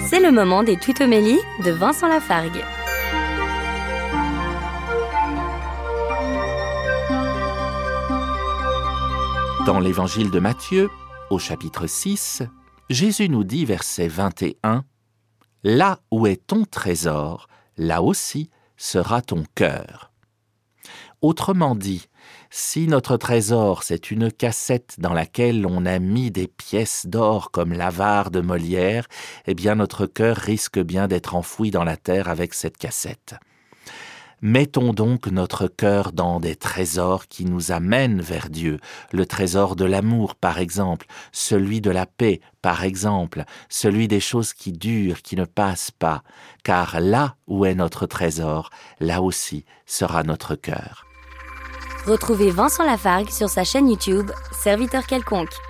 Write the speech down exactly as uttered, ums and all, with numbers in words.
C'est le moment des tutomélies de Vincent Lafargue. Dans l'évangile de Matthieu, au chapitre six, Jésus nous dit, verset vingt et un, « Là où est ton trésor, là aussi sera ton cœur. » Autrement dit, si notre trésor c'est une cassette dans laquelle on a mis des pièces d'or comme l'avare de Molière, eh bien notre cœur risque bien d'être enfoui dans la terre avec cette cassette. Mettons donc notre cœur dans des trésors qui nous amènent vers Dieu, le trésor de l'amour par exemple, celui de la paix par exemple, celui des choses qui durent, qui ne passent pas, car là où est notre trésor, là aussi sera notre cœur. Retrouvez Vincent Lafargue sur sa chaîne YouTube, Serviteur quelconque.